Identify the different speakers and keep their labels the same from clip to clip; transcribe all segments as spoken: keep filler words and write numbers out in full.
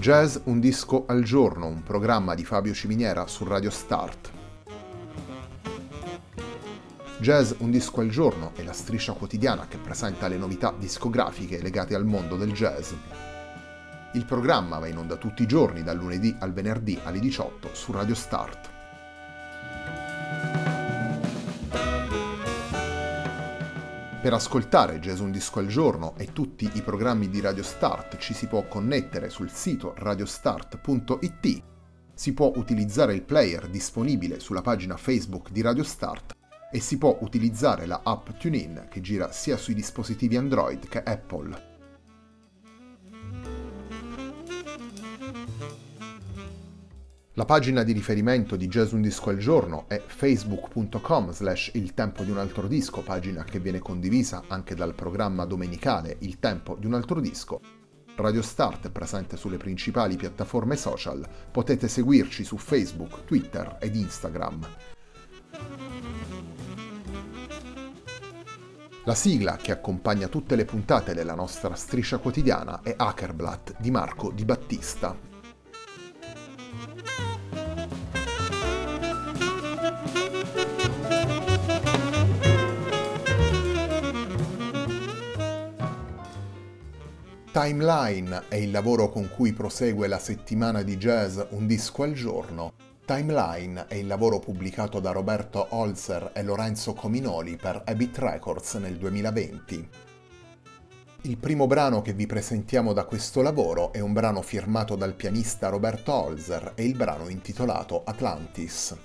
Speaker 1: Jazz un disco al giorno, un programma di Fabio Ciminiera su Radio Start. Jazz un disco al giorno è la striscia quotidiana che presenta le novità discografiche legate al mondo del jazz. Il programma va in onda tutti i giorni dal lunedì al venerdì alle diciotto su Radio Start. Per ascoltare Jazz un disco al giorno e tutti i programmi di Radio Start ci si può connettere sul sito radiostart punto it, si può utilizzare il player disponibile sulla pagina Facebook di Radio Start e si può utilizzare la app TuneIn che gira sia sui dispositivi Android che Apple. La pagina di riferimento di Jazz un disco al giorno è facebook punto com slash il tempo di un altro disco, pagina che viene condivisa anche dal programma domenicale Il tempo di un altro disco. Radio Start è presente sulle principali piattaforme social, potete seguirci su Facebook, Twitter ed Instagram. La sigla che accompagna tutte le puntate della nostra striscia quotidiana è Hackerblatt di Marco Di Battista. Timeline è il lavoro con cui prosegue la settimana di jazz Un disco al giorno. Timeline è il lavoro pubblicato da Roberto Holzer e Lorenzo Cominoli per Habit Records nel duemilaventi. Il primo brano che vi presentiamo da questo lavoro è un brano firmato dal pianista Roberto Holzer e il brano intitolato Atlantis.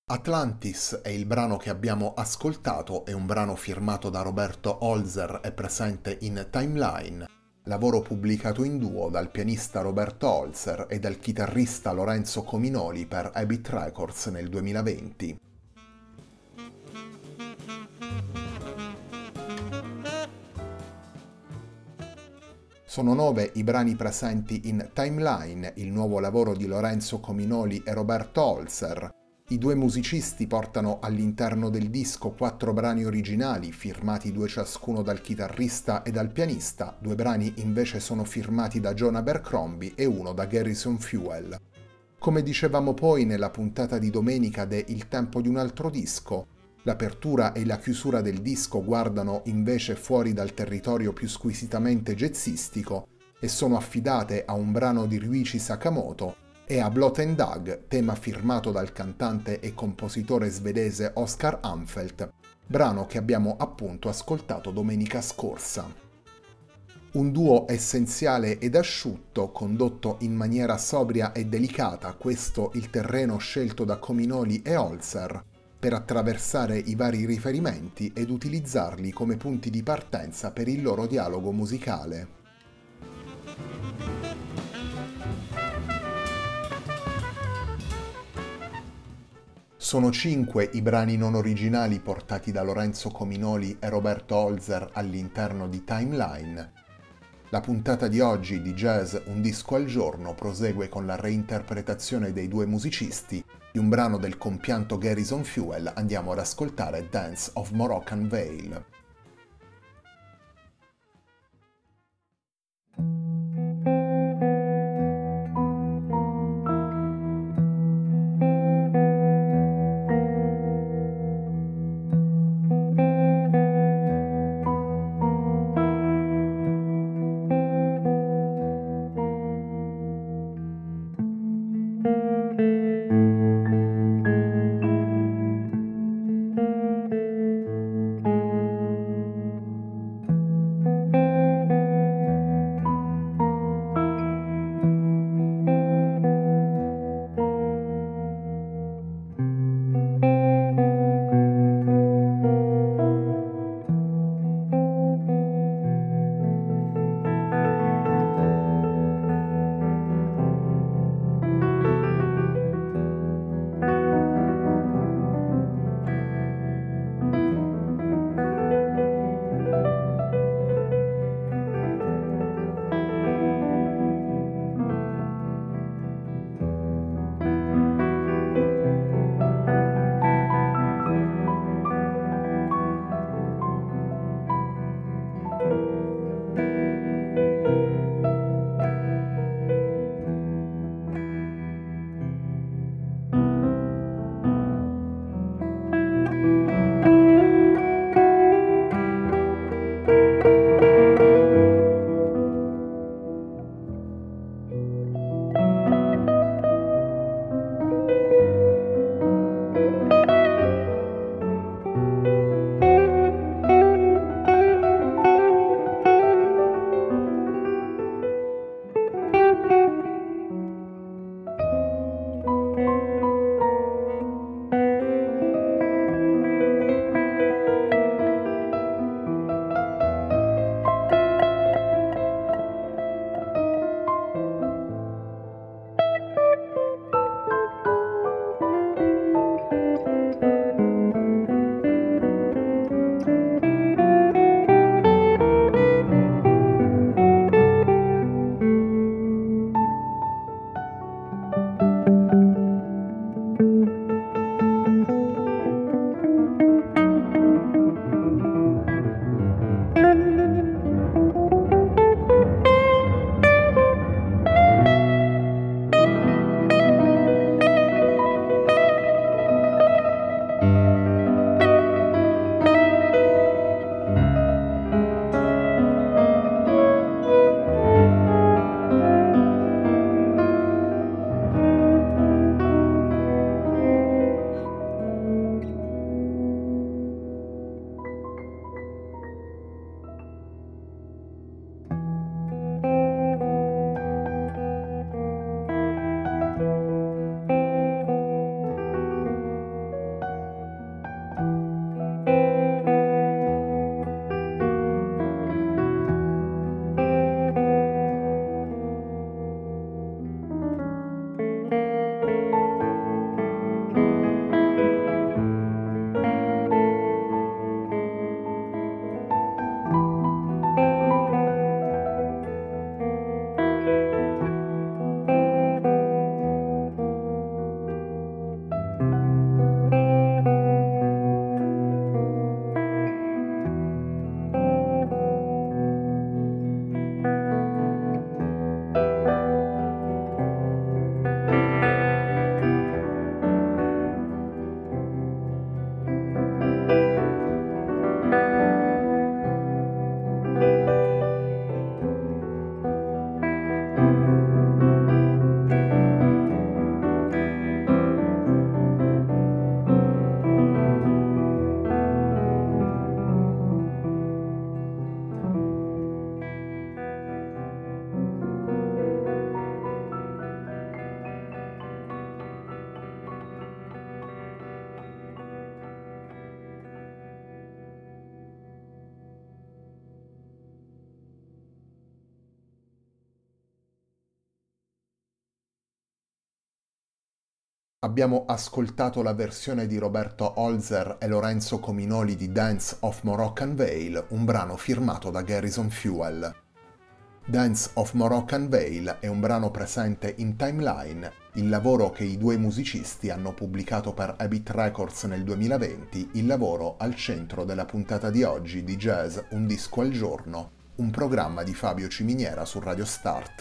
Speaker 1: Atlantis è il brano che abbiamo ascoltato, è un brano firmato da Roberto Holzer e presente in Timeline, lavoro pubblicato in duo dal pianista Roberto Holzer e dal chitarrista Lorenzo Cominoli per Habit Records nel duemilaventi. Sono nove i brani presenti in Timeline, il nuovo lavoro di Lorenzo Cominoli e Roberto Holzer. I due musicisti portano all'interno del disco quattro brani originali, firmati due ciascuno dal chitarrista e dal pianista, due brani invece sono firmati da John Abercrombie e uno da Garrison Fuel. Come dicevamo poi nella puntata di domenica de Il tempo di un altro disco, l'apertura e la chiusura del disco guardano invece fuori dal territorio più squisitamente jazzistico e sono affidate a un brano di Ryuichi Sakamoto e a Blot and Dag, tema firmato dal cantante e compositore svedese Oscar Anfeldt, brano che abbiamo appunto ascoltato domenica scorsa. Un duo essenziale ed asciutto, condotto in maniera sobria e delicata, questo il terreno scelto da Cominoli e Holzer, per attraversare i vari riferimenti ed utilizzarli come punti di partenza per il loro dialogo musicale. Sono cinque i brani non originali portati da Lorenzo Cominoli e Roberto Holzer all'interno di Timeline. La puntata di oggi di Jazz Un disco al giorno prosegue con la reinterpretazione dei due musicisti di un brano del compianto Garrison Fuel. Andiamo ad ascoltare Dance of Moroccan Vale. Abbiamo ascoltato la versione di Roberto Holzer e Lorenzo Cominoli di Dance of Moroccan Vale, un brano firmato da Garrison Fuel. Dance of Moroccan Vale è un brano presente in Timeline, il lavoro che i due musicisti hanno pubblicato per Habit Records nel duemilaventi, il lavoro al centro della puntata di oggi di Jazz Un Disco al Giorno, un programma di Fabio Ciminiera su Radio Start.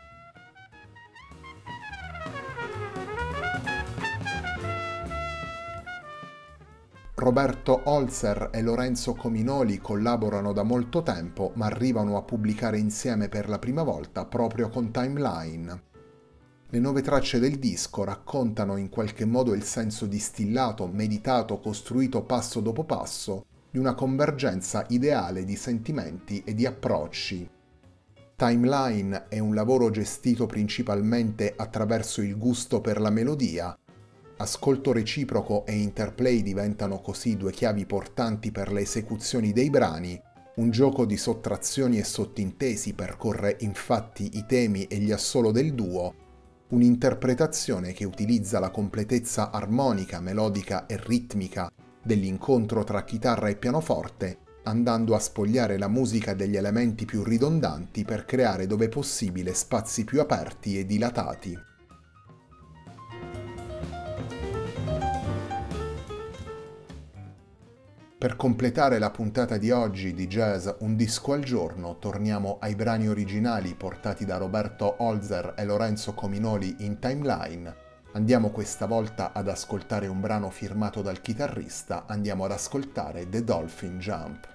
Speaker 1: Roberto Holzer e Lorenzo Cominoli collaborano da molto tempo, ma arrivano a pubblicare insieme per la prima volta proprio con Timeline. Le nuove tracce del disco raccontano in qualche modo il senso distillato, meditato, costruito passo dopo passo, di una convergenza ideale di sentimenti e di approcci. Timeline è un lavoro gestito principalmente attraverso il gusto per la melodia. Ascolto reciproco e interplay diventano così due chiavi portanti per le esecuzioni dei brani. Un gioco di sottrazioni e sottintesi percorre infatti i temi e gli assolo del duo, un'interpretazione che utilizza la completezza armonica, melodica e ritmica dell'incontro tra chitarra e pianoforte, andando a spogliare la musica degli elementi più ridondanti per creare dove possibile spazi più aperti e dilatati. Per completare la puntata di oggi di Jazz Un Disco al Giorno, torniamo ai brani originali portati da Roberto Holzer e Lorenzo Cominoli in Timeline. Andiamo questa volta ad ascoltare un brano firmato dal chitarrista, andiamo ad ascoltare The Dolphin Jump.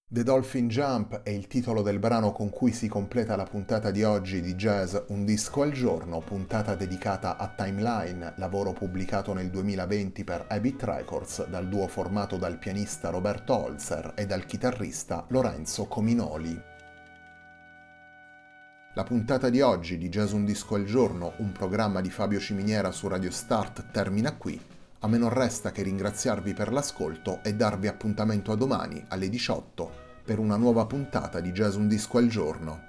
Speaker 1: The Dolphin Jump è il titolo del brano con cui si completa la puntata di oggi di Jazz Un Disco al Giorno, puntata dedicata a Timeline, lavoro pubblicato nel duemilaventi per Habit Records dal duo formato dal pianista Roberto Holzer e dal chitarrista Lorenzo Cominoli. La puntata di oggi di Jazz Un Disco al Giorno, un programma di Fabio Ciminiera su Radio Start, termina qui. A me non resta che ringraziarvi per l'ascolto e darvi appuntamento a domani alle diciotto per una nuova puntata di Jazz Un Disco al Giorno.